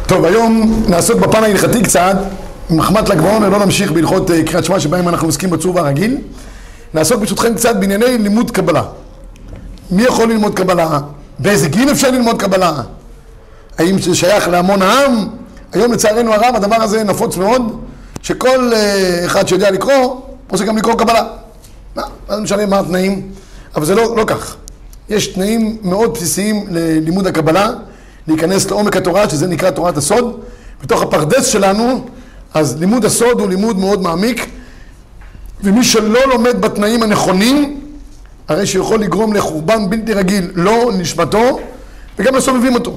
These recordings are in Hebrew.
טוב, היום נעסוק בפן ההלכתי קצת, מחמת ל"ג בעומר, לא נמשיך בהלכות קריאת שמע שבהם אנחנו עוסקים בצור הרגיל. נעסוק ברשותכם קצת בענייני לימוד קבלה. מי יכול ללמוד קבלה? באיזה גיל אפשר ללמוד קבלה? האם זה שייך להמון העם? היום לצערנו הרב הדבר הזה נפוץ מאוד, שכל אחד שיודע לקרוא, רוצה גם לקרוא קבלה. לא משנה מה התנאים, אבל זה לא כך. יש תנאים מאוד בסיסיים ללימוד הקבלה, להיכנס לעומק התורה, שזה נקרא תורת הסוד. בתוך הפרדס שלנו, אז לימוד הסוד הוא לימוד מאוד מעמיק, ומי שלא לומד בתנאים הנכונים, הרי שיכול לגרום לחורבן בלתי רגיל, לא נשמתו, וגם לסובבים אותו.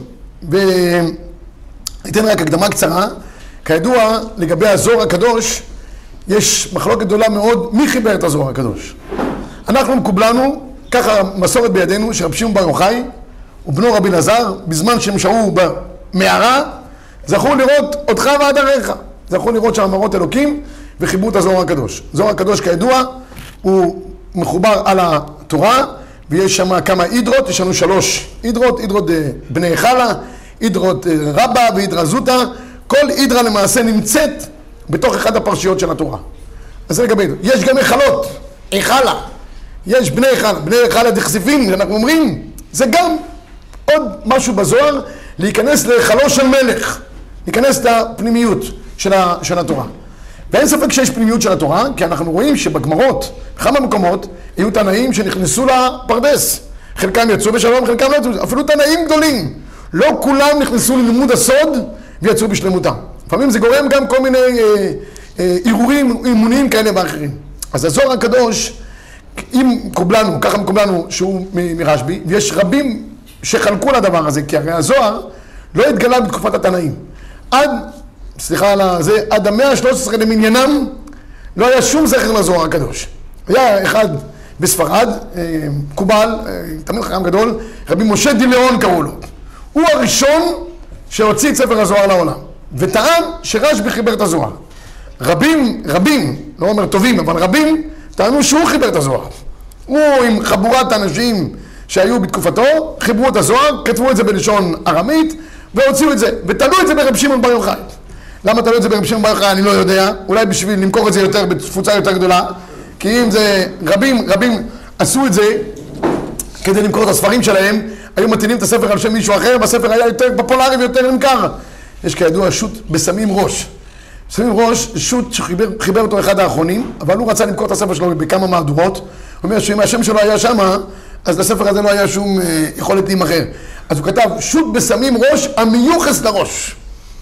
ואתן רק הקדמה קצרה, כידוע, לגבי הזוהר הקדוש, יש מחלוקת גדולה מאוד, מי חיבר את הזוהר הקדוש? אנחנו מקובלנו, ככה מסורת בידינו, שרב שמעון בר יוחאי, ובנו רבי אלעזר, בזמן שהם שהו במערה, זכו לראות אותך ועד עריך. זכו לראות שם מראות אלוקים, וחיברו את הזוהר הקדוש. זוהר הקדוש כידוע, הוא מחובר על התורה, ויש שם כמה עידרות, יש לנו 3 עידרות, עידרות בני חלה, עידרות רבה ועידרה זוטה. כל עידרה למעשה נמצאת בתוך אחד הפרשיות של התורה. אז זה לגבי, יש גם היכלות, היכלה. יש בני חלה דכסיפים, שאנחנו אומרים, זה גם עוד משהו בזוהר, להיכנס להיכלו של מלך, להיכנס לפנימיות של התורה. ואין ספק שיש פנימיות של התורה, כי אנחנו רואים שבגמרות, בכמה מקומות, היו תנאים שנכנסו לפרדס. חלקם יצאו בשלום, חלקם לא יצאו, אפילו תנאים גדולים. לא כולם נכנסו ללימוד הסוד ויצאו בשלמותם. לפעמים זה גורם גם כל מיני ערעורים, אימוניים כאלה ואחרים. אז הזוהר הקדוש, אם קובלנו, ככה מקובלנו שהוא מרשב"י, ויש רבים שחלקו לדבר הזה, כי הרי הזוהר לא התגלה בתקופת התנאים. עד המאה ה-13 למניינם, לא היה שום זכר לזוהר הקדוש. היה אחד בספרד, מקובל, תמיד חכם גדול, רבי משה דילאון קראו לו. הוא הראשון שהוציא את ספר הזוהר לעולם, וטען שרשב"י חיבר את הזוהר. רבים, לא אומר טובים, אבל רבים, טענו שהוא חיבר את הזוהר. הוא עם חבורת האנשים שהיו בתקופתו, חיברו את הזוהר, כתבו את זה בלשון ארמית, והוציאו את זה, ותלו את זה ברב שמעון בר יוחאי. למה תלו את זה ברב שמעון בר יוחאי? אני לא יודע, אולי בשביל למכור את זה יותר, בתפוצה יותר גדולה, כי אם זה רבים עשו את זה כדי למכור את הספרים שלהם, היו מטילים את הספר על שם מישהו אחר, והספר היה יותר פופולרי ויותר נמכר. יש כידוע שו"ת בסמים ראש. בסמים ראש, שו"ת שחיבר אותו אחד האחרונים, אבל הוא רצה למכור את הספר שלו בכמה מהדורות. הוא אומר שאם השם שלו היה שמה, אז לספר הזה לא היה שום יכולת להימכר. אז הוא כתב, שו"ת בסמים ראש המיוחס לראש.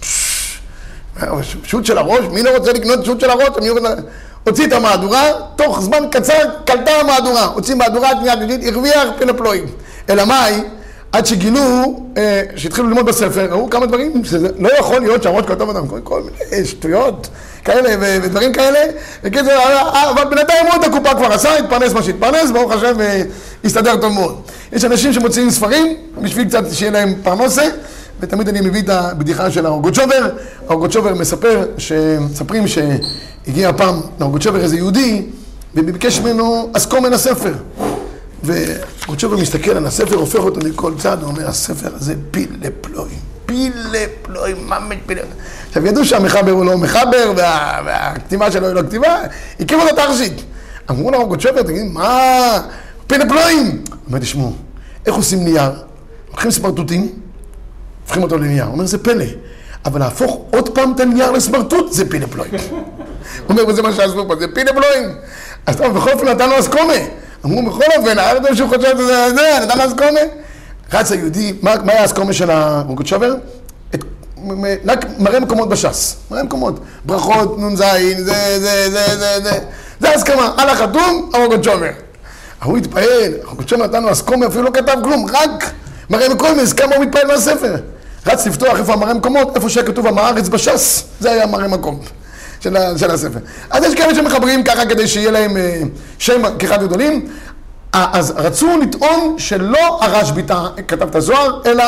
שו"ת של הראש? מי לא רוצה לקנות שו"ת של הראש? הוציא את המהדורה, תוך זמן קצר קלטה המהדורה. הוציא מהדורה, הרוויח פלפלואים. אלא מאי? עד שגילו, שהתחילו ללמוד בספר, ראו כמה דברים, שזה לא יכול להיות שהראש כתוב אותם, כל מיני שטויות כאלה ודברים כאלה, אבל בינתיים הוא את הקופה כבר עשה, התפרנס מה שהתפרנס, ברוך השם, הסתדר טוב מאוד. יש אנשים שמוציאים ספרים, בשביל קצת שיהיה להם פרנסה, ותמיד אני מביא את הבדיחה של האורגוצ'ובר. האורגוצ'ובר מספרים שהגיע פעם לאורגוצ'ובר איזה יהודי, וביקש ממנו אסקו מן הספר. וגוצ'ובר מסתכל על הספר, הופך אותו לכל צד, הוא אומר, הספר הזה פלפלואים, ממש פלפלואים. עכשיו, ידעו שהמחבר הוא לא מחבר, והכתיבה שלו היא לא כתיבה, הקימו לו תחשית. אמרו לו, גוצ'ובר, תגיד, מה? פלפלואים! הוא אומר, תשמעו, איך עושים נייר? לוקחים סמרטוטים, הופכים אותו לנייר. הוא אומר, זה פלא, אבל להפוך עוד פעם את הנייר לסמרטוט, זה פלפלואים. הוא אומר, וזה מה שעשו פה, זה פלפלואים. אז טוב, בכל אופן נתנו אסקומה. אמרו, בכל אופן, הארדם שהוא חושב שזה, נתן אסקומה. רץ היהודי, מה היה האסקומה של הגוצ'ובר? רק מראה מקומות בש"ס, מראה מקומות, ברכות, נ"ז, זה הסכמה, על החתום, הגוצ'ובר. הוא התפעל, הגוצ'ובר נתנו אסקומה, אפילו לא כתב כלום, רק מראה מקומות, כמה הוא מתפעל מהספר. רץ לפתוח איפה המראה מקומות, איפה שכתוב המארץ בש"ס, זה היה מראה מקום של הספר. אז יש כאלה שמחברים ככה כדי שיהיה להם שם כאחד גדולים. אז רצו לטעון שלא הרשב"י כתב את הזוהר, אלא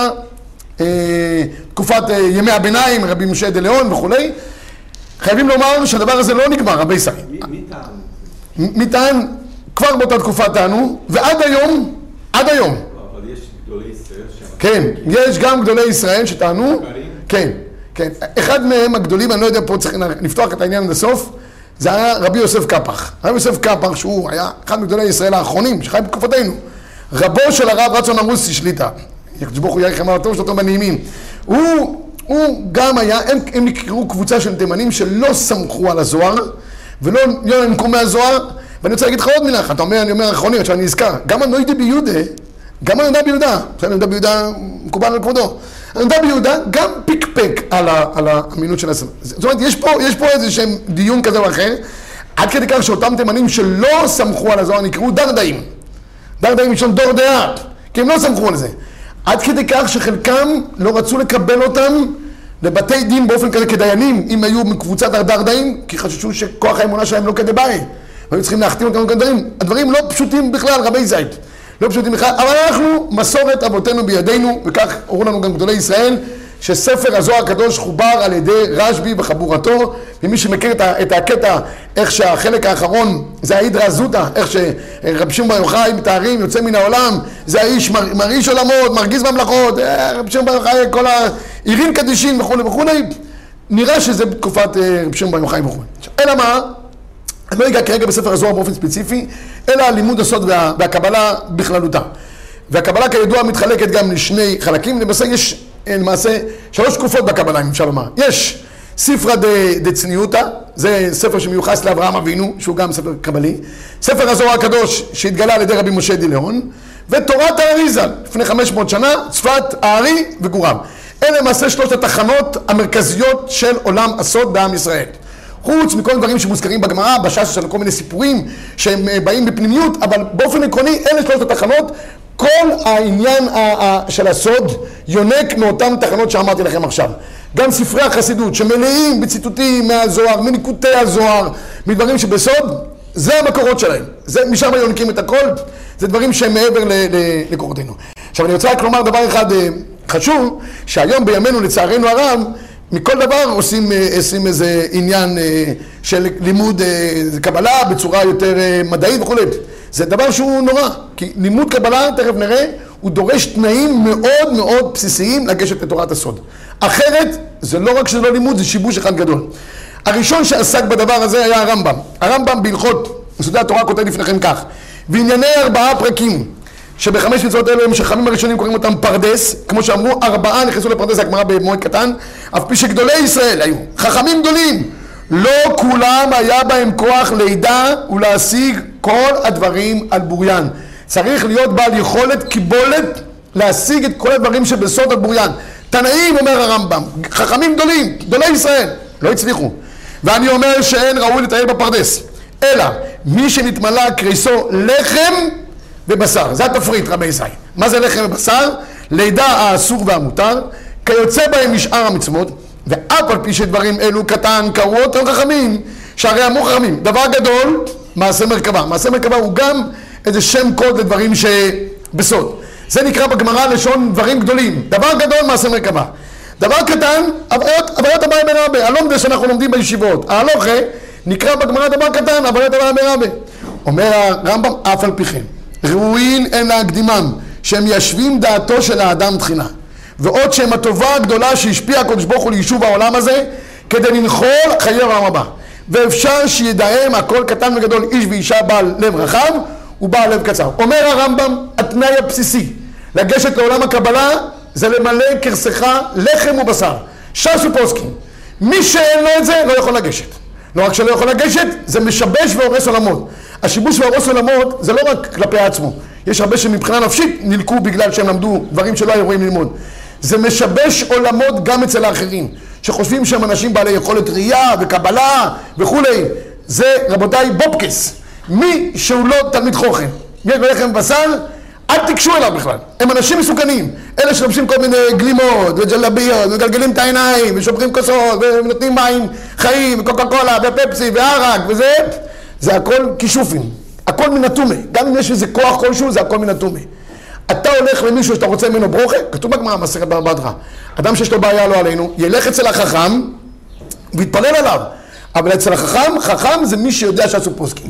תקופת ימי הביניים, רבי משה דילאון וכולי. חייבים לומר שהדבר הזה לא נגמר, רבי ישראל. מי טען? כבר באותה תקופה טענו, ועד היום, אבל יש גדולי ישראל שם. כן, יש גם גדולי ישראל שטענו, כן, כן, אחד מהם הגדולים, אני לא יודע, פה צריך לפתוח את העניין לסוף, זה היה רבי יוסף קפח. רבי יוסף קפח, שהוא היה אחד מגדולי ישראל האחרונים, שחי בתקופתנו. רבו של הרב רצון הרוסי שליטה, יחשבוך הוא יאריך ימיו הטוב שלו בנעימים. הוא גם היה, הם נקראו קבוצה של תימנים שלא סמכו על הזוהר, ולא נמקו מהזוהר, ואני רוצה להגיד לך עוד מילה אחת, אני אומר האחרוני, עכשיו אני נזכר, גם הנוידה ביהודה, גם הנוידה ביהודה, הנוידה ביהודה מקובל על כבודו, הנוידה ביהודה גם פיקפק על האמינות של הסמך. זאת אומרת, יש פה איזה שהם דיון כזה או אחר, עד כדי כך שאותם תימנים שלא סמכו על הזוהר נקראו דרדאים. דרדאים משום דור דעה, כי הם לא סמכו על זה. עד כדי כך שחלקם לא רצו לקבל אותם לבתי דין באופן כזה כדיינים, אם היו מקבוצת הדרדאים, כי חששו שכוח האמונה שלהם לא כדי ביי. והיו צריכים להחתים אותם כדברים. הדברים לא פשוטים בכלל, רבי זית. לא פשוטים בכלל, אבל אנחנו, מסורת אבותינו בידינו, וכך הורו לנו גם גדולי ישראל, שספר הזוהר הקדוש חובר על ידי רשב"י בחבורתו, ומי שמכיר את הקטע, איך שהחלק האחרון זה ההידרא זוטא, איך שרבי שמעון בר יוחאי מתארים, יוצא מן העולם, זה האיש מרעיש עולמות, מרגיז ממלכות, רבי שמעון בר יוחאי, כל העירים קדישין וכו' וכו', נראה שזה בתקופת רבי שמעון בר יוחאי וכו'. אלא מה? אני לא אגע כרגע בספר הזוהר באופן ספציפי, אלא לימוד הסוד והקבלה בכללותה. והקבלה כידוע מתחלקת גם לשני חלקים, למעשה 3 תקופות בקבלה, אם אפשר לומר. יש ספרא דצניותא, זה ספר שמיוחס לאברהם אבינו, שהוא גם ספר קבלי, ספר הזוהר הקדוש שהתגלה על ידי רבי משה דילאון, ותורת האריז"ל, לפני 500 שנה, צפת, הארי וגורם. אלה למעשה 3 התחנות המרכזיות של עולם הסוד בעם ישראל. חוץ מכל דברים שמוזכרים בגמרא, בש"ס יש לנו כל מיני סיפורים שהם באים בפנימיות, אבל באופן עקרוני אלה 3 התחנות, כל העניין של הסוד יונק מאותן תחנות שאמרתי לכם עכשיו. גם ספרי החסידות שמלאים בציטוטים מהזוהר, מניקוטי הזוהר, מדברים שבסוד, זה המקורות שלהם. משם יונקים את הכל, זה דברים שהם מעבר לקורותינו. עכשיו אני רוצה רק לומר דבר אחד חשוב, שהיום בימינו לצערנו הרב, מכל דבר עושים איזה עניין של לימוד קבלה בצורה יותר מדעית וכו'. זה דבר שהוא נורא, כי לימוד קבלה, תכף נראה, הוא דורש תנאים מאוד מאוד בסיסיים לגשת לתורת הסוד. אחרת, זה לא רק שזה לא לימוד, זה שיבוש אחד גדול. הראשון שעסק בדבר הזה היה הרמב"ם. הרמב"ם בהלכות יסודי התורה כותב לפניכם כך: וענייני 4 פרקים, שב5 מצוות אלו הם שחכמים הראשונים קוראים אותם פרדס, כמו שאמרו, 4 נכנסו לפרדס, הגמרא במועד קטן, אף פי שגדולי ישראל היו, חכמים גדולים, לא כולם היה בהם כוח לידע ולהשיג כל הדברים על בוריין. צריך להיות בעל יכולת קיבולת להשיג את כל הדברים שבסוד על בוריין. תנאים, אומר הרמב"ם, חכמים גדולים, גדולי ישראל, לא הצליחו. ואני אומר שאין ראוי לטייל בפרדס, אלא מי שנתמלא קריסו לחם ובשר. זה התפריט, רבי זי. מה זה לחם ובשר? לידע האסור והמותר, כיוצא בהם משאר המצוות, ואף על פי שדברים אלו קטן קראו אותם חכמים, שהרי אמרו חכמים. דבר גדול, מעשה מרכבה. מעשה מרכבה הוא גם איזה שם קוד לדברים שבסוד. זה נקרא בגמרא לשון דברים גדולים. דבר גדול, מעשה מרכבה. דבר קטן, עבודת אביי ברבא. הלומדה שאנחנו לומדים בישיבות. ההלוכה נקרא בגמרא דבר קטן, עבודת אביי ברבא. אומר הרמב"ם, אף על פי כן, ראויים הם להקדימם, שהם ישבים דעתו של האדם תחילה. ועוד שהם הטובה הגדולה שהשפיעה הקדוש ברוך הוא ליישוב העולם הזה, כדי לנחול חיי העולם הבא. ואפשר שידעם הכל קטן וגדול, איש ואישה בעל לב רחב ובעל לב קצר. אומר הרמב"ם, התנאי הבסיסי לגשת לעולם הקבלה זה למלא כרסך לחם ובשר. ש"ס ופוסקים. מי שאין לו את זה לא יכול לגשת. לא רק שלא יכול לגשת, זה משבש והורס עולמות. השיבוש והורס עולמות זה לא רק כלפי עצמו. יש הרבה שמבחינה נפשית נלקו בגלל שהם למדו דברים שלא היו רואים ללמוד. זה משבש עולמות גם אצל האחרים, שחושבים שהם אנשים בעלי יכולת ראייה וקבלה וכולי. זה, רבותיי, בובקס. מי שהוא לא תלמיד חוכם, יש בלחם ובשר, אל תקשו אליו בכלל. הם אנשים מסוכנים. אלה שלובשים כל מיני גלימות וג'לביות, ומגלגלים את העיניים, ושופכים כוסות, ונותנים מים חיים, וקוקה קולה, ופפסי, וערק, וזה, זה הכל כישופים. הכל מן התומה. גם אם יש איזה כוח כלשהו, זה הכל מן התומה. אתה הולך למישהו שאתה רוצה ממנו ברוכה, כתוב בגמרא מסכת בבא בתרא. אדם שיש לו בעיה לא עלינו, ילך אצל החכם, ויתפלל עליו. אבל אצל החכם, חכם זה מי שיודע שעשו פוסקים.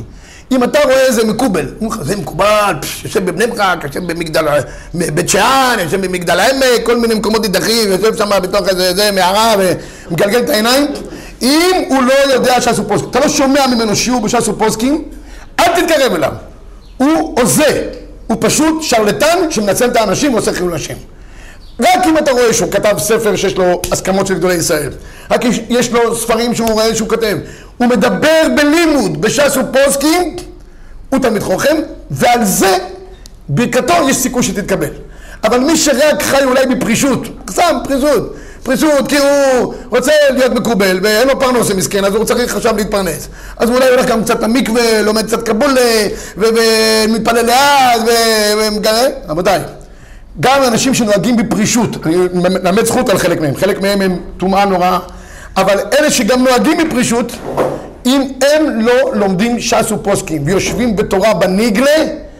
אם אתה רואה איזה מקובל, זה מקובל, יושב בבני ברק, יושב במגדל, בית שאן, יושב במגדל העמק, כל מיני מקומות נידחים, יושב שם בתוך איזה מערה ומגלגל את העיניים, אם הוא לא יודע ש"ס ופוסקים, אתה לא שומע ממנו שיעור בש"ס ופוסקים, אל תתקרב אליו. הוא עוזה, הוא פשוט שרלטן שמנצל את האנשים ועושה חילול השם. רק אם אתה רואה שהוא כתב ספר שיש לו הסכמות של גדולי ישראל, רק יש לו ספרים שהוא רואה שהוא כותב, הוא מדבר בלימוד בש"ס ופוסקים, הוא תלמיד חכם, ועל זה ברכתו יש סיכוי שתתקבל. אבל מי שרק חי אולי בפרישות, סתם פרישות, כי הוא רוצה להיות מקובל ואין לו פרנוס מסכן, אז הוא צריך עכשיו להתפרנס. אז הוא אולי הולך גם קצת למקווה, לומד קצת קבולה, ומתפלל לאט, ומגרה. רבותיי, גם אנשים שנוהגים בפרישות, אני מלמד זכות על חלק מהם הם טומאה נוראה, אבל אלה שגם נוהגים בפרישות, אם הם לא לומדים ש"ס ופוסקים ויושבים בתורה בניגלה,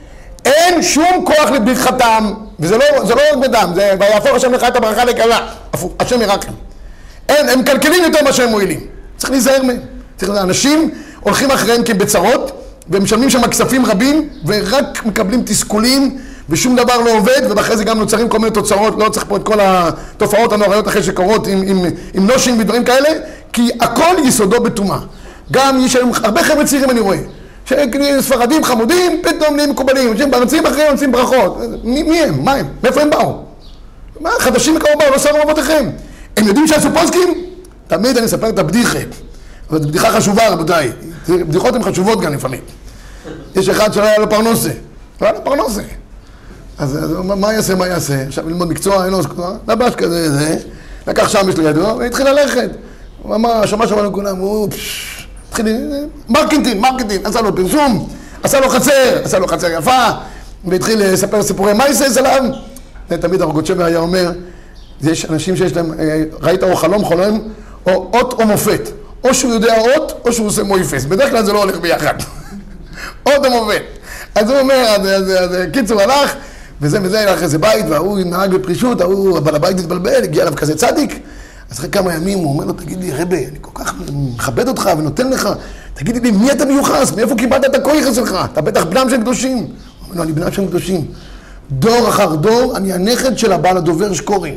אין שום כוח לברכתם, וזה לא רק בדם, זה ויהפוך השם לך את הברכה לקלה, השם ירחם. הם מקלקלים יותר מה שהם מועילים, צריך להיזהר מהם. אנשים הולכים אחריהם כבצרות, והם משלמים שם כספים רבים, ורק מקבלים תסכולים, ושום דבר לא עובד, ואחרי זה גם נוצרים כל מיני תוצאות, לא צריך פה את כל התופעות הנוראיות אחרי שקורות עם נושים ודברים כאלה, כי הכל יסודו בטומאה. גם יש היום הרבה חבר'ה צעירים אני רואה, ספרדים חמודים, פתאום נהיים מקובלים, בארצים אחרים עושים ברכות. מי הם? מה הם? מאיפה הם באו? מה, חדשים מקרוב באו, לא שמו אבותיכם. הם יודעים שעשו פוסקים? תמיד אני אספר את הבדיחה. אבל זו בדיחה חשובה, רבותיי. בדיחות הן חשובות גם לפעמים. יש אחד שלא היה לו פרנוסה. לא היה לו פרנוסה. אז מה יעשה? עכשיו ללמוד מקצוע, אין לו מקצוע. לבש כזה, זה. לקח שם יש לידו, והתחיל ללכת. הוא אמר, שמע לכולם, הוא התחיל, מרקטינג, עשה לו פרסום, עשה לו חצר יפה, והתחיל לספר סיפורי מייסס עליו. תמיד הרב גוטשבר היה אומר, יש אנשים שיש להם, ראית או חלום, או אות או מופת. או שהוא יודע אות, או שהוא עושה מויפס. בדרך כלל זה לא הולך ביחד. אות או מופת. אז הוא אומר, אז קיצור הלך, וזה הלך איזה בית, והוא נהג בפרישות, הבעל הבית התבלבל, הגיע אליו כזה צדיק. אז אחרי כמה ימים הוא אומר לו, תגיד לי, רבי, אני כל כך מכבד אותך ונותן לך, תגידי לי, מי אתה מיוחס? מאיפה קיבלת את הכוח שלך? אתה בטח בנם של קדושים. הוא אומר לו, אני בנם של קדושים. דור אחר דור, אני הנכד של הבעל הדובר שקורים.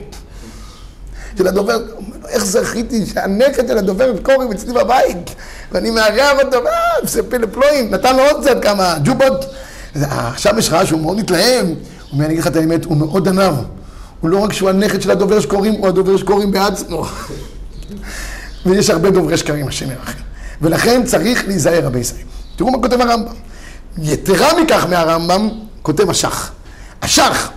של הדובר, הוא אומר לו, איך זכיתי שהנכד של הדובר שקורים אצלי בבית, ואני מארח אותו, מספר לפלואים, נתן לו עוד קצת כמה ג'ובות. עכשיו יש רעש, הוא מאוד מתלהם. הוא אומר, אני אגיד לך את האמת, הוא מאוד ענב. הוא לא רק שהוא הנכד של הדובר שקורים, הוא הדובר שקורים בעצמו. ויש הרבה דוברי שקרים, השם ירחם. ולכן צריך להיזהר רבי ישראל. תראו מה כותב הרמב"ם. יתרה מכך מהרמב"ם, כותב השח. השח,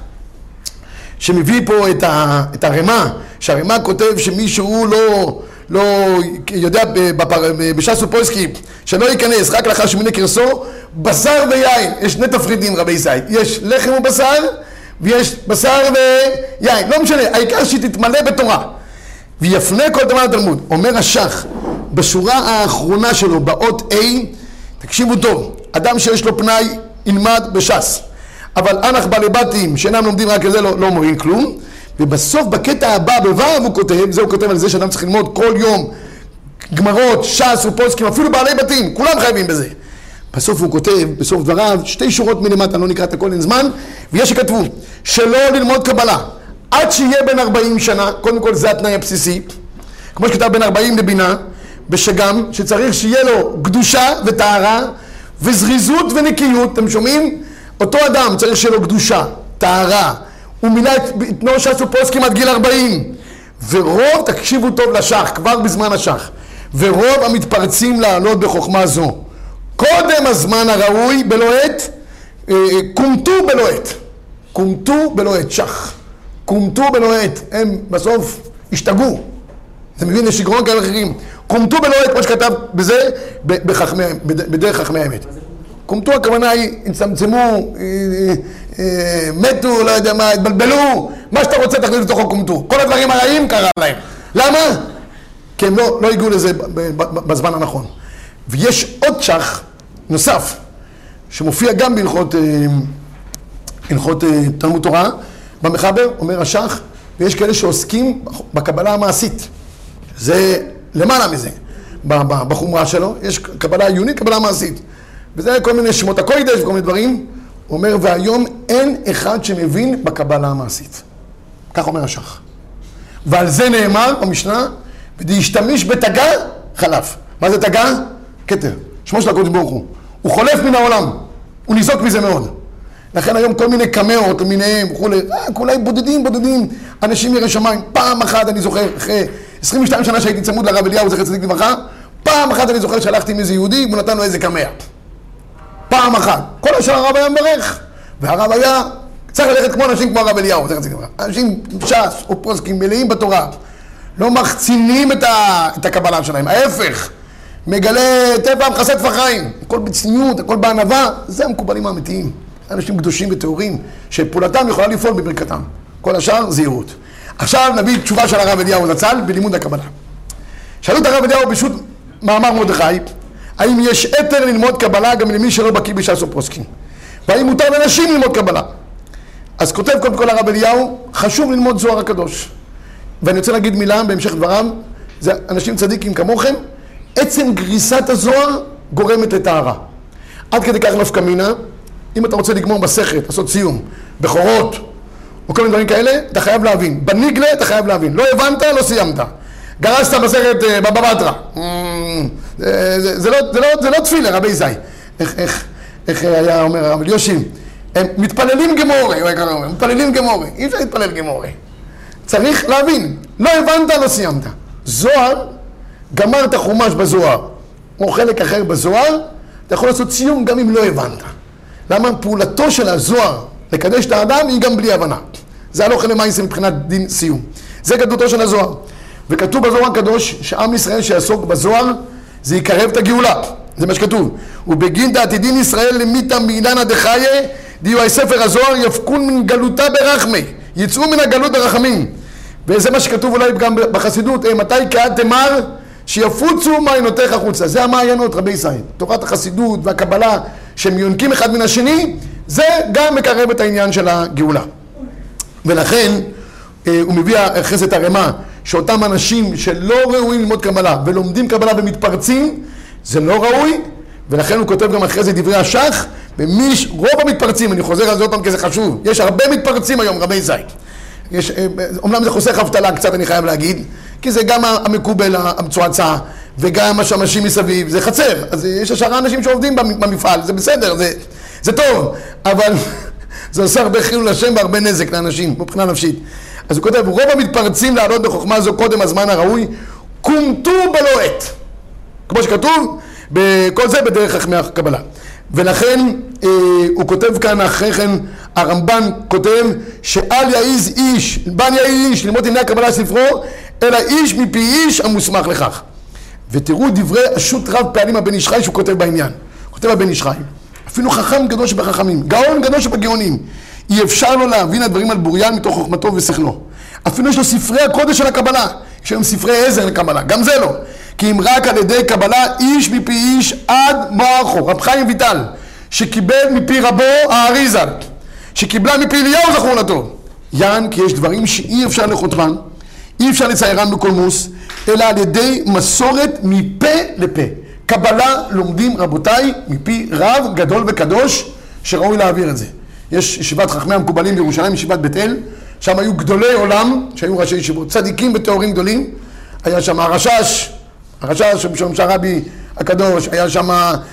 שמביא פה את הרמה, שהרמה כותב שמישהו לא יודע בש"ס ופוסקים, שלא ייכנס רק לאחר שמיני קרסו, בשר ויין. יש שני תפרידים רבי ישראל. יש לחם ובשר, ויש בשר ויין, לא משנה, העיקר שהיא תתמלא בתורה. ויפנה כל דבר לתלמוד. אומר השח, בשורה האחרונה שלו, באות A, תקשיבו טוב, אדם שיש לו פנאי, ילמד בש"ס. אבל אנח בעלי בתים, שאינם לומדים רק לזה, לא אומרים כלום. ובסוף, בקטע הבא, בו"ב הוא כותב, זה הוא כותב על זה שאדם צריך ללמוד כל יום גמרות, ש"ס ופוסקים, אפילו בעלי בתים, כולם חייבים בזה. בסוף הוא כותב, בסוף דבריו, 2 שורות מלמטה, לא נקרא את הכל אין זמן, ויש שכתבו, שלא ללמוד קבלה, עד שיהיה בין 40 שנה, קודם כל זה התנאי הבסיסי, כמו שכתב בין 40 לבינה, בשגם, שצריך שיהיה לו קדושה וטהרה, וזריזות ונקיות, אתם שומעים? אותו אדם צריך שיהיה לו קדושה, טהרה, הוא מילה את בנו ש"ס ופוסקים עד גיל 40, ורוב, תקשיבו טוב לשח, כבר בזמן השח, ורוב המתפרצים לעלות בחוכמה זו, קודם הזמן הראוי בלא עת, קומתו בלא עת, שח. קומתו בלא עת, הם בסוף השתגעו. זה מבין, יש שגרון כאלה אחרים. קומתו בלא עת, כמו שכתב בזה, בדרך חכמי האמת. קומתו הכוונה היא, הצטמצמו, מתו, לא יודע מה, התבלבלו, מה שאתה רוצה תכניס לתוכו קומתו. כל הדברים הרעים קרה להם. למה? כי הם לא הגיעו לזה בזמן הנכון. ויש עוד שח נוסף, שמופיע גם בהלכות תלמוד תורה, במחבר אומר השח, ויש כאלה שעוסקים בקבלה המעשית. זה למעלה מזה. בחומרה שלו, יש קבלה עיונית, קבלה מעשית. וזה כל מיני שמות הקודש וכל מיני דברים. הוא אומר, והיום אין אחד שמבין בקבלה המעשית. כך אומר השח. ועל זה נאמר במשנה, ודהשתמש בתגה חלף. מה זה תגה? כתר. שמו של הקודש ברוך הוא. הוא חולף מן העולם. הוא ניזוק מזה מאוד. לכן היום כל מיני קמאות למיניהם, אולי בודדים, אנשים ירא שמיים. פעם אחת אני זוכר, אחרי 22 שנה שהייתי צמוד לרב אליהו, זכר צדיק לברכה, פעם אחת אני זוכר שהלכתי עם איזה יהודי, והוא נתן לו איזה קמע. פעם אחת. כל השאר הרב היה מברך. והרב היה, צריך ללכת כמו אנשים כמו הרב אליהו, זכר צדיק לברכה. אנשים ש"ס או פוסקים מלאים בתורה. לא מחצינים את הקבלה שלהם. ההפך. מגלה טבע מכסה טפחיים. הכל בצניעות, הכל בענווה. זה המקובלים האמיתיים. אנשים קדושים וטהורים, שפעולתם יכולה לפעול בברכתם. כל השאר זהירות. עכשיו נביא תשובה של הרב אליהו זצ"ל בלימוד הקבלה. שאלו את הרב אליהו בשו"ת מאמר מרדכי, האם יש היתר ללמוד קבלה גם למי שלא בקיא בש"ס או פוסקים? והאם מותר לנשים ללמוד קבלה? אז כותב קודם כל הרב אליהו, חשוב ללמוד זוהר הקדוש. ואני רוצה להגיד מילה בהמשך דבריו, זה אנשים צדיקים כמוכם, עצם גריסת הזוהר גורמת לטהרה. עד כדי כך נפקא מינה, אם אתה רוצה לגמור מסכת, לעשות סיום, בכורות, או כל מיני דברים כאלה, אתה חייב להבין. בניגלה אתה חייב להבין. לא הבנת, לא סיימת. גרסת מסכת בבא בתרא. זה לא תפילה, רבי זי. איך היה אומר הרב אליושים? הם מתפללים גמורי, מתפללים גמורי. אי אפשר להתפלל גמורי. צריך להבין. לא הבנת, לא סיימת. זוהר, גמרת חומש בזוהר, או חלק אחר בזוהר, אתה יכול לעשות סיום גם אם לא הבנת. למה פעולתו של הזוהר לקדש את האדם היא גם בלי הבנה. זה הלוך למעשה מבחינת דין סיום. זה גדולתו של הזוהר. וכתוב בזוהר הקדוש שעם ישראל שיעסוק בזוהר זה יקרב את הגאולה. זה מה שכתוב. ובגין דעתידין ישראל למיתה מאילנה דחיה דיו ספר הזוהר יפקון מן גלותה ברחמי. יצאו מן הגלות ברחמים. וזה מה שכתוב אולי גם בחסידות. מתי כעד תמר שיפוצו מעיינותיך החוצה. זה המעיינות רבי ישראל. תורת החסידות והקבלה שהם יונקים אחד מן השני, זה גם מקרב את העניין של הגאולה. ולכן הוא מביא אחרי זה את הרמה שאותם אנשים שלא ראויים ללמוד קבלה ולומדים קבלה ומתפרצים, זה לא ראוי, ולכן הוא כותב גם אחרי זה דברי השח, רוב המתפרצים, אני חוזר על זה עוד פעם כי זה חשוב, יש הרבה מתפרצים היום רבי זית. אומנם זה חוסך אבטלה קצת אני חייב להגיד, כי זה גם המקובל המצועצע וגם השמשים מסביב, זה חצר, אז יש השאר אנשים שעובדים במפעל, זה בסדר, זה טוב, אבל זה עושה הרבה חילול השם והרבה נזק לאנשים, מבחינה נפשית. אז הוא כותב, רוב המתפרצים לעלות בחוכמה זו קודם הזמן הראוי, קומתו בלא עת. כמו שכתוב, כל זה בדרך חכמי הקבלה. ולכן הוא כותב כאן אחרי כן, הרמב"ן כותב שאל יעיז איש, בן יעיז איש ללמוד ענייני הקבלה ספרו, אלא איש מפי איש המוסמך לכך. ותראו דברי השו"ת רב פעלים הבן איש חי שהוא כותב בעניין. הוא כותב הבן איש חי, אפילו חכם גדול שבחכמים, גאון גדול שבגאונים, אי אפשר לו להבין הדברים על בוריין מתוך חוכמתו ושכלו. אפילו יש לו ספרי הקודש של הקבלה, יש היום ספרי עזר לקבלה, גם זה לא. כי אם רק על ידי קבלה איש מפי איש עד מוארכו, רב חיים ויטל, שקיבל מפי רבו האריזה, שקיבלה מפי אליהו זכור לטוב. יען כי יש דברים שאי אפשר לחותמם, אי אפשר לציירם בקולמוס, אלא על ידי מסורת מפה לפה. קבלה לומדים רבותיי מפי רב גדול וקדוש שראוי להעביר את זה. יש ישיבת חכמי המקובלים בירושלים, ישיבת בית אל, שם היו גדולי עולם, שהיו ראשי ישיבות, צדיקים וטהורים גדולים. היה שם הרשש משום שהרבי הקדוש, היה שם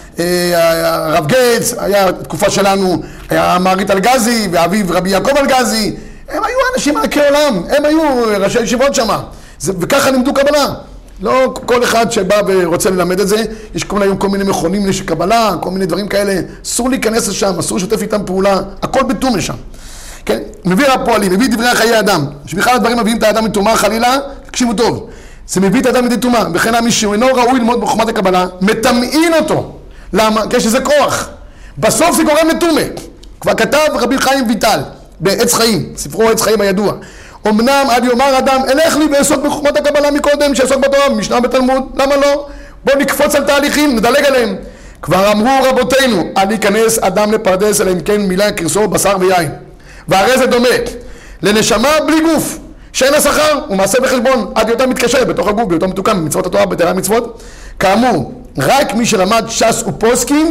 הרב גץ, היה תקופה שלנו, היה מרית אלגזי ואביו רבי יעקב אלגזי. הם היו אנשים ענקי עולם, הם היו ראשי ישיבות שם, וככה לימדו קבלה. לא כל אחד שבא ורוצה ללמד את זה, יש כל מיני מכונים לקבלה, כל מיני דברים כאלה, אסור להיכנס לשם, אסור לשתף איתם פעולה, הכל בתום לשם. כן? מביא רב פועלים, מביא דברי חיי אדם, שבכלל הדברים מביאים את האדם לטומאה חלילה, תקשיבו טוב, זה מביא את האדם לידי טומאה, וכן מי שאינו ראוי ללמוד בחוכמת הקבלה, מטמאין אותו. למה? כי יש איזה כוח. בסוף זה גורם לטומאה. כבר כתב רבי חיים ויטל, בעץ חיים, ספרו עץ חיים הידוע. אמנם עד יאמר אדם, אלך לי ואעסוק בחוכמת הקבלה מקודם, שיעסוק בתורה, במשנה בתלמוד, למה לא? בואו נקפוץ על תהליכים, נדלג עליהם. כבר אמרו רבותינו, אל ייכנס אדם לפרדס, אלא אם כן מילה כרסו בשר ויין. והרי זה דומה לנשמה בלי גוף, שאין לה שכר, הוא מעשה בחשבון, עד יותר מתקשר בתוך הגוף, בהיותו מתוקן במצוות התורה, בתורה המצוות. כאמור, רק מי שלמד ש"ס ופוסקים,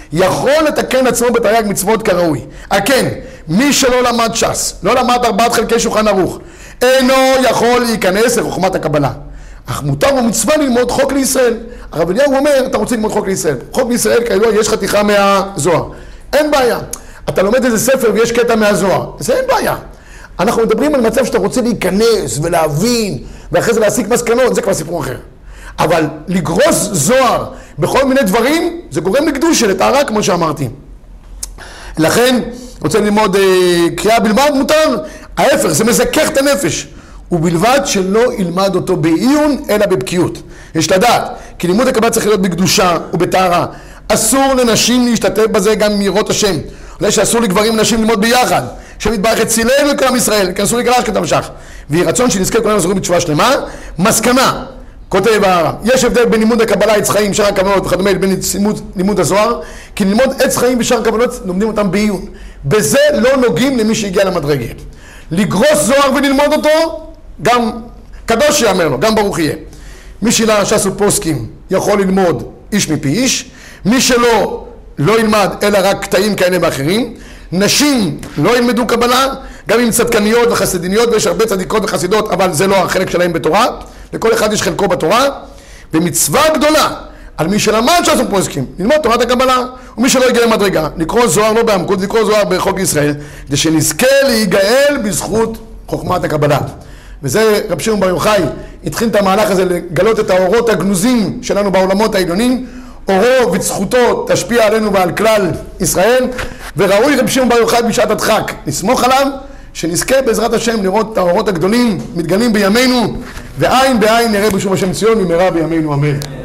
יכול לתקן עצמו בתרי"ג מצוות כראוי. כן, מי שלא למד ש"ס, לא למד 4 חלקי שולחן ערוך, אינו יכול להיכנס לחוכמת הקבלה. אך מותר ומצווה ללמוד חוק לישראל. הרב אליהו אומר, אתה רוצה ללמוד חוק לישראל. חוק לישראל, כידוע, יש חתיכה מהזוהר. אין בעיה. אתה לומד איזה ספר ויש קטע מהזוהר. זה אין בעיה. אנחנו מדברים על מצב שאתה רוצה להיכנס ולהבין, ואחרי זה להסיק מסקנות, זה כבר סיפור אחר. אבל לגרוס זוהר בכל מיני דברים, זה גורם לקדושה, לטהרה, כמו שאמרתי. לכן, רוצה ללמוד קריאה בלבד, מותר. ההפך, זה מזכך את הנפש. ובלבד שלא ילמד אותו בעיון, אלא בבקיאות. יש לדעת, כי לימוד הקבלה צריך להיות בקדושה ובטהרה. אסור לנשים להשתתף בזה גם מיראות השם. אולי שאסור לגברים ונשים ללמוד ביחד. שמתברך הצילנו את כל עם ישראל, כנסו לגרש כתמשך. ויהי רצון שנזכה כולנו זוכרים בתשובה שלמה. מסקנה, כותב הרב, יש הבדל בין לימוד הקבלה, עץ חיים, שאר הכוונות וכדומה, בין לימוד הזוהר, כי ללמוד עץ חיים ושאר הכוונות לומדים אותם בעיון. בזה לא נוגעים למי שהגיע למדרגה. לגרוס זוהר וללמוד אותו, גם קדוש יאמר לו, גם ברוך יהיה. מי שלא ש"ס ופוסקים יכול ללמוד איש מפי איש, מי שלא, לא ילמד אלא רק קטעים כאלה ואחרים. נשים לא ילמדו קבלה, גם עם צדקניות וחסידיניות, ויש הרבה צדיקות וחסידות, אבל זה לא החלק שלהם בתורה. לכל אחד יש חלקו בתורה, ומצווה גדולה על מי שלמד ש"ס ופוסקים, ללמוד תורת הקבלה, ומי שלא יגיע למדרגה, לקרוא זוהר לא בעמקות, לקרוא זוהר בחוק ישראל, כדי שנזכה להיגאל בזכות חוכמת הקבלה. וזה רב שמעון בר יוחאי התחיל את המהלך הזה לגלות את האורות הגנוזים שלנו בעולמות העליונים. אורו וזכותו תשפיע עלינו ועל כלל ישראל, וראוי רב שמעון בר יוחאי בשעת הדחק נסמוך עליו, שנזכה בעזרת השם לראות את האורות הגדולים מתגלים בימינו, ועין בעין נראה בשוב השם ציון במהרה בימינו אמן.